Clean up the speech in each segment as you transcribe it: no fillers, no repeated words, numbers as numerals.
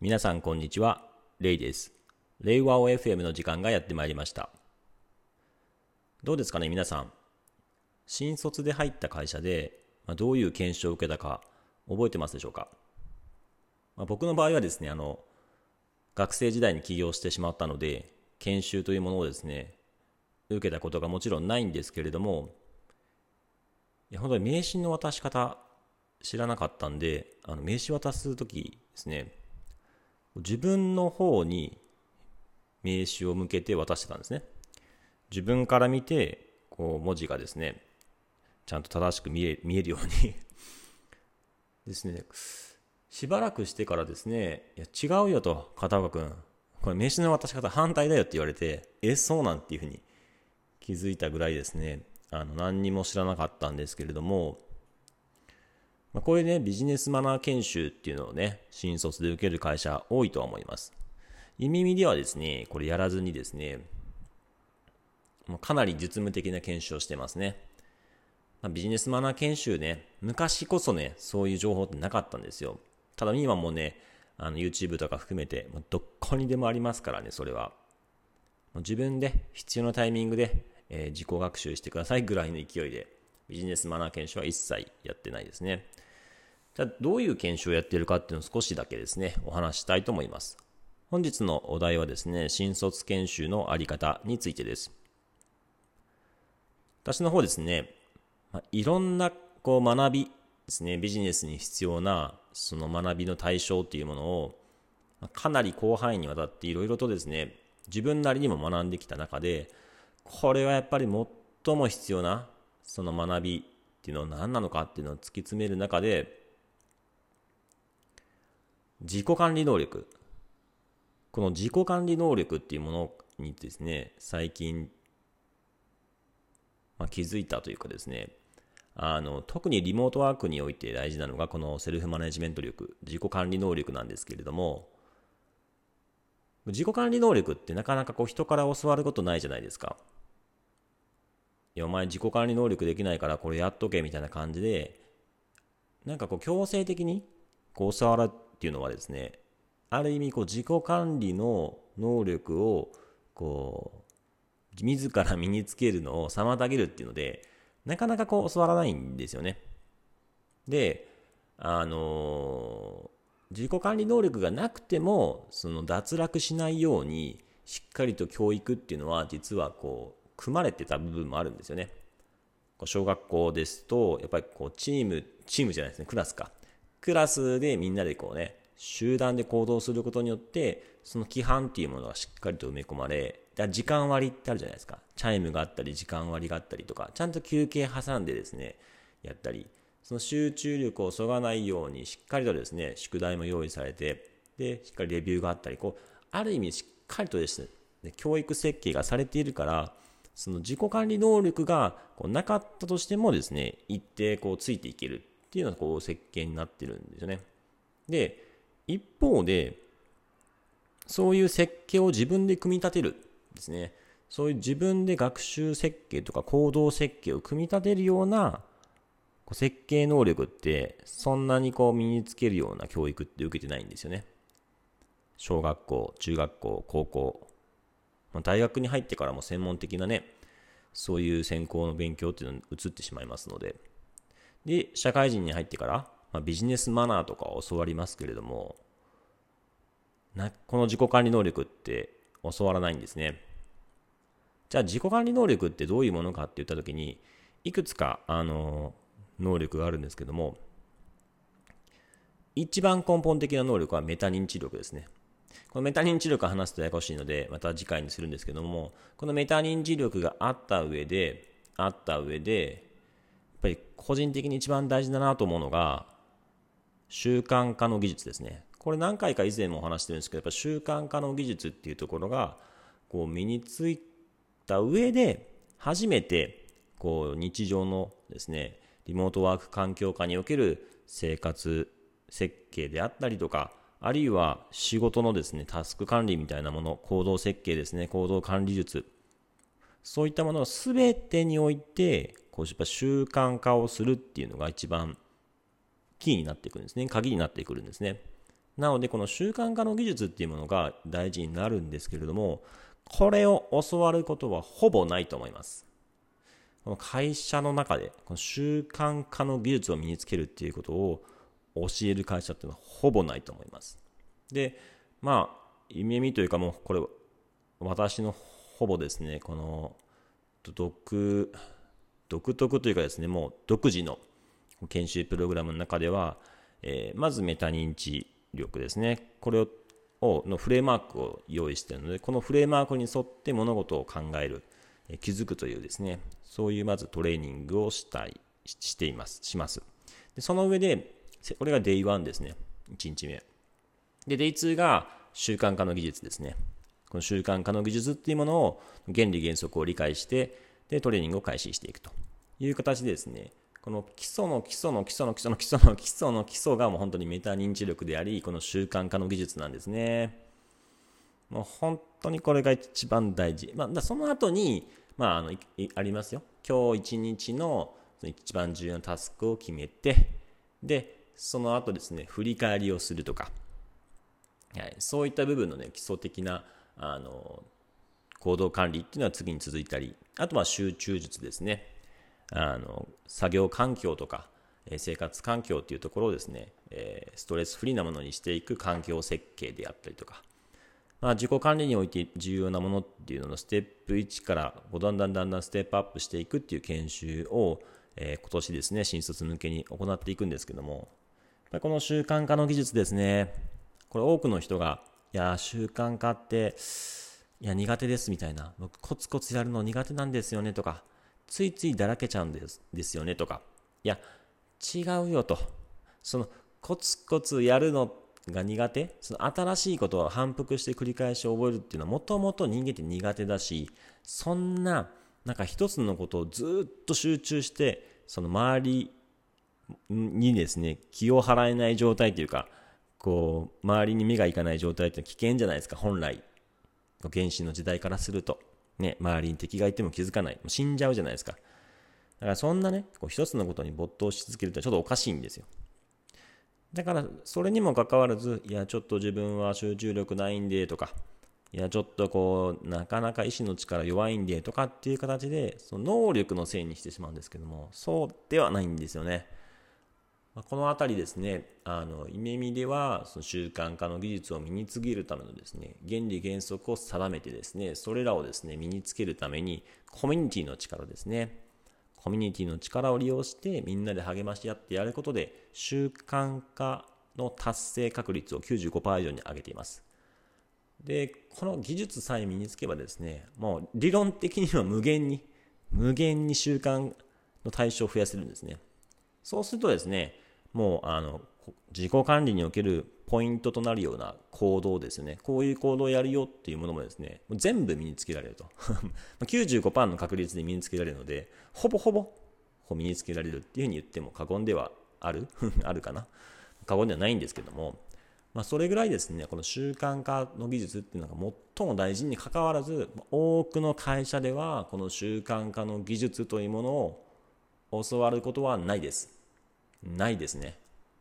皆さんこんにちは、レイです。レイワオ FM の時間がやってまいりました。どうですかね、皆さん。新卒で入った会社で、どういう研修を受けたか覚えてますでしょうか。僕の場合はですね、学生時代に起業してしまったので、研修というものをですね、受けたことがもちろんないんですけれども、本当に名刺の渡し方知らなかったんで、名刺渡すときですね、自分の方に名刺を向けて渡してたんですね。自分から見て文字がですねちゃんと正しく見えるようにですね。しばらくしてからですね、いや違うよと、片岡君これ名刺の渡し方反対だよって言われて、そうなんっていうふうに気づいたぐらいですね、何にも知らなかったんですけれども、こういうねビジネスマナー研修っていうのをね新卒で受ける会社多いとは思います。意味ではですね、これやらずにですね、かなり実務的な研修をしてますね。ビジネスマナー研修ね、昔こそねそういう情報ってなかったんですよ。ただ今もねYouTube とか含めてどこにでもありますからね。それは自分で必要なタイミングで、自己学習してくださいぐらいの勢いでビジネスマナー研修は一切やってないですね。じゃあどういう研修をやっているかっていうのを少しだけですねお話したいと思います。本日のお題はですね、新卒研修のあり方についてです。私の方ですね、いろんな学びですね、ビジネスに必要なその学びの対象っていうものをかなり広範囲にわたっていろいろとですね、自分なりにも学んできた中で、これはやっぱり最も必要なその学びっていうのは何なのかっていうのを突き詰める中で、自己管理能力、この自己管理能力っていうものにですね、最近、気づいたというかですね、特にリモートワークにおいて大事なのがこのセルフマネジメント力、自己管理能力なんですけれども、自己管理能力ってなかなか人から教わることないじゃないですか。いやお前自己管理能力できないからこれやっとけみたいな感じで、なんか強制的に教わるっていうのはですね、ある意味自己管理の能力を自ら身につけるのを妨げるっていうので、なかなか教わらないんですよね。で、自己管理能力がなくてもその脱落しないようにしっかりと教育っていうのは実は組まれてた部分もあるんですよね。小学校ですとやっぱりチームじゃないですね、クラスか。クラスでみんなで集団で行動することによってその規範っていうものがしっかりと埋め込まれ、時間割ってあるじゃないですか。チャイムがあったり時間割があったりとか、ちゃんと休憩挟んでですねやったり、その集中力をそがないようにしっかりとですね宿題も用意されて、でしっかりレビューがあったり、ある意味しっかりとですね教育設計がされているから、その自己管理能力がなかったとしてもですね一定ついていけるっていうのが設計になってるんですよね。で一方でそういう設計を自分で組み立てるですね、そういう自分で学習設計とか行動設計を組み立てるような設計能力ってそんなに身につけるような教育って受けてないんですよね。小学校、中学校、高校、大学に入ってからも専門的なねそういう専攻の勉強っていうのに移ってしまいますので、で社会人に入ってから、ビジネスマナーとかを教わりますけれども、この自己管理能力って教わらないんですね。じゃあ自己管理能力ってどういうものかって言ったときに、いくつか能力があるんですけども、一番根本的な能力はメタ認知力ですね。このメタ認知力を話すとややこしいのでまた次回にするんですけども、このメタ認知力があった上でやっぱり個人的に一番大事だなと思うのが習慣化の技術ですね。これ何回か以前もお話してるんですけど、やっぱ習慣化の技術っていうところが身についた上で初めて日常のですねリモートワーク環境下における生活設計であったりとか、あるいは仕事のですねタスク管理みたいなもの、行動設計ですね、行動管理術、そういったものを全てにおいてやっぱ習慣化をするっていうのが一番キーになっていくんですね、鍵になってくるんですね。 なのでこの習慣化の技術っていうものが大事になるんですけれども、これを教わることはほぼないと思います。この会社の中でこの習慣化の技術を身につけるっていうことを教える会社っていうのはほぼないと思います。で、夢見というか、もうこれ私のほぼですね、この独特というかですね、もう独自の研修プログラムの中では、まずメタ認知力ですね、これのフレームワークを用意しているので、このフレームワークに沿って物事を考える、気づくというですね、そういうまずトレーニングをします。でその上で、これが Day1 ですね、1日目。で、Day2 が習慣化の技術ですね。この習慣化の技術っていうものを原理原則を理解して、で、トレーニングを開始していくという形でですね、この基礎の基礎の基礎の基礎の基礎の基礎の基礎がもう本当にメタ認知力であり、この習慣化の技術なんですね。もう本当にこれが一番大事。その後に、ありますよ。今日一日の一番重要なタスクを決めて、で、その後ですね、振り返りをするとか、そういった部分のね、基礎的な行動管理っていうのは次に続いたり、あとは集中術ですね。作業環境とか生活環境っていうところをですね、ストレスフリーなものにしていく環境設計であったりとか、自己管理において重要なものっていうののステップ1からだんだんステップアップしていくっていう研修を、今年ですね、新卒向けに行っていくんですけども、この習慣化の技術ですね、これ多くの人が、習慣化って苦手ですみたいな、僕コツコツやるの苦手なんですよねとか、ついついだらけちゃうんですよねとか、違うよと、そのコツコツやるのが苦手、その新しいことを反復して繰り返し覚えるっていうのはもともと人間って苦手だし、そんな一つのことをずっと集中してその周りにですね気を払えない状態というか、こう周りに目がいかない状態って危険じゃないですか。本来原始の時代からするとね、周りに敵がいても気づかない、死んじゃうじゃないですか。だからそんなね、一つのことに没頭し続けるってちょっとおかしいんですよ。だからそれにもかかわらず、ちょっと自分は集中力ないんでとか、ちょっとなかなか意志の力弱いんでとかっていう形で、その能力のせいにしてしまうんですけども、そうではないんですよね。このあたりですね、夢見ではその習慣化の技術を身につけるためのですね、原理原則を定めてですね、それらをですね、身につけるためにコミュニティの力ですね、コミュニティの力を利用してみんなで励まし合ってやることで習慣化の達成確率を 95% 以上に上げています。で、この技術さえ身につけばですね、もう理論的には無限に習慣の対象を増やせるんですね。そうするとですね、もう自己管理におけるポイントとなるような行動ですね、こういう行動をやるよっていうものもですね、もう全部身につけられると95% の確率で身につけられるので、ほぼ身につけられるっていうふうに言っても過言ではあるあるかな、過言ではないんですけども、それぐらいですね、この習慣化の技術っていうのが最も大事にかかわらず、多くの会社ではこの習慣化の技術というものを教わることはないですね。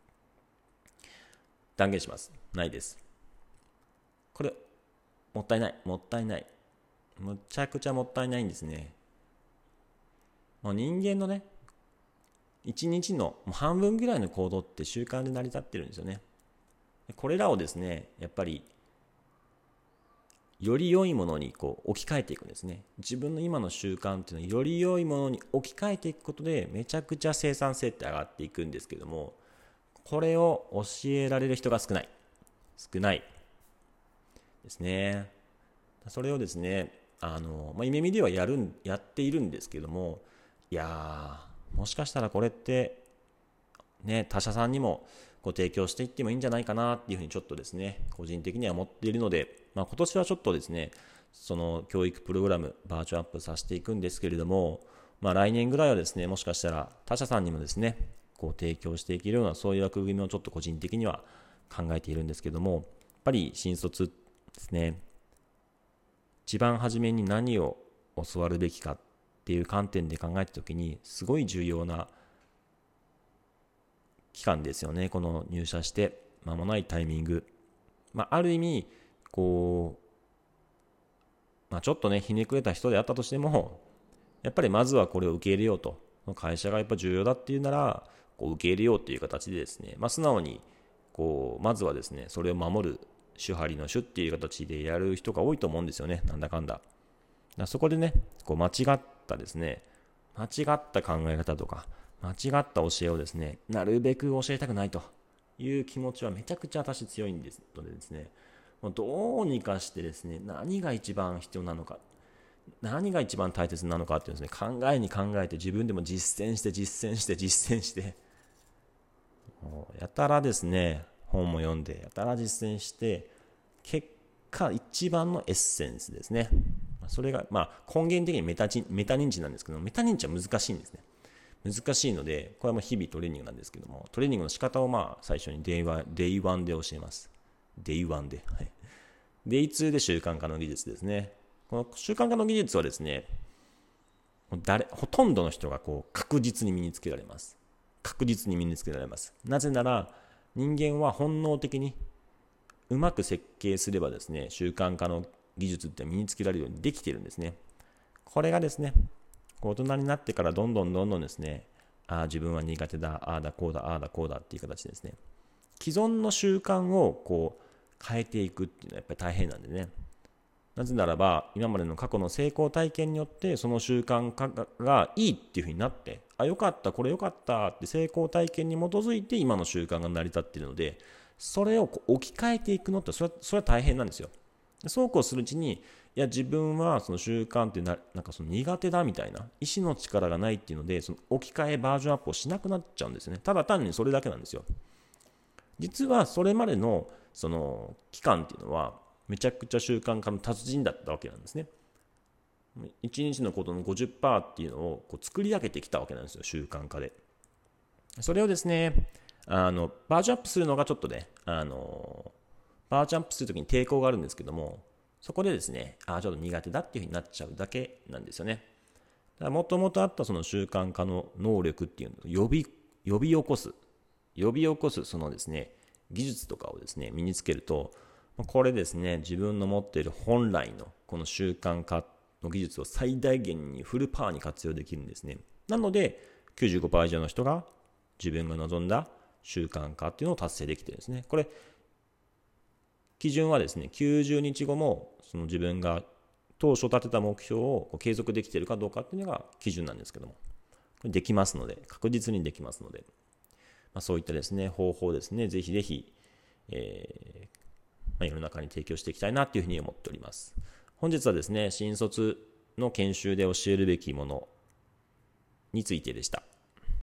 断言します。ないです。これもったいないむちゃくちゃもったいないんですね。もう人間のね、一日の半分ぐらいの行動って習慣で成り立ってるんですよね。これらをですね、やっぱりより良いものに置き換えていくんですね。自分の今の習慣っていうのはより良いものに置き換えていくことでめちゃくちゃ生産性って上がっていくんですけども、これを教えられる人が少ないですね。それをですね、夢見ではやっているんですけども、もしかしたらこれってね、他社さんにも提供していってもいいんじゃないかなっていうふうにちょっとですね、個人的には思っているので、今年はちょっとですね、その教育プログラムバージョンアップさせていくんですけれども、来年ぐらいはですね、もしかしたら他社さんにもですね、提供していけるようなそういう枠組みをちょっと個人的には考えているんですけども、やっぱり新卒ですね、一番初めに何を教わるべきかっていう観点で考えたときにすごい重要な期間ですよね。この入社して、 間もないタイミング、ある意味こう、ちょっとねひねくれた人であったとしても、やっぱりまずはこれを受け入れようと、会社がやっぱ重要だっていうならこう受け入れようっていう形でですね、素直にまずはですねそれを守る手張りの手っていう形でやる人が多いと思うんですよね、なんだかんだ。そこでね間違ったですね、間違った考え方とか間違った教えをですねなるべく教えたくないという気持ちはめちゃくちゃ私強いんですのでですね、どうにかしてですね何が一番必要なのか、何が一番大切なのかっていうですね、考えに考えて自分でも実践してやたらですね本も読んでやたら実践して、結果一番のエッセンスですね、それが根源的にメタ認知なんですけど、メタ認知は難しいんですね。難しいので、これはもう日々トレーニングなんですけども、トレーニングの仕方を最初にデイ1で教えます。デイ1で、はい、デイ2で習慣化の技術ですね。この習慣化の技術はですね、ほとんどの人が確実に身につけられます。なぜなら人間は本能的にうまく設計すればですね、習慣化の技術って身につけられるようにできているんですね。これがですね、大人になってからどんどんですね、自分は苦手だ、ああだこうだっていう形でですね、既存の習慣を変えていくっていうのはやっぱり大変なんでね。なぜならば今までの過去の成功体験によってその習慣化がいいっていう風になって、よかったこれよかったって成功体験に基づいて今の習慣が成り立っているので、それを置き換えていくのってそれは大変なんですよ。そうこうするうちに、自分はその習慣ってなんかその苦手だみたいな意志の力がないっていうので、その置き換えバージョンアップをしなくなっちゃうんですね。ただ単にそれだけなんですよ。実はそれまでのその期間っていうのはめちゃくちゃ習慣化の達人だったわけなんですね。1日のことの 50% っていうのを作り上げてきたわけなんですよ、習慣化で。それをですね、バージョンアップするのがちょっとね、バージョンアップするときに抵抗があるんですけども、そこでですね、ちょっと苦手だっていうふうになっちゃうだけなんですよね。もともとあったその習慣化の能力っていうのを呼び起こすそのですね、技術とかをですね、身につけると、これですね、自分の持っている本来のこの習慣化の技術を最大限にフルパワーに活用できるんですね。なので、95% 以上の人が自分が望んだ習慣化っていうのを達成できてるんですね。これ、基準はですね、90日後もその自分が当初立てた目標を継続できているかどうかっていうのが基準なんですけども、これできますので、確実にできますので、そういったですね、方法をですね、ぜひぜひ、世の中に提供していきたいなというふうに思っております。本日はですね、新卒の研修で教えるべきものについてでした。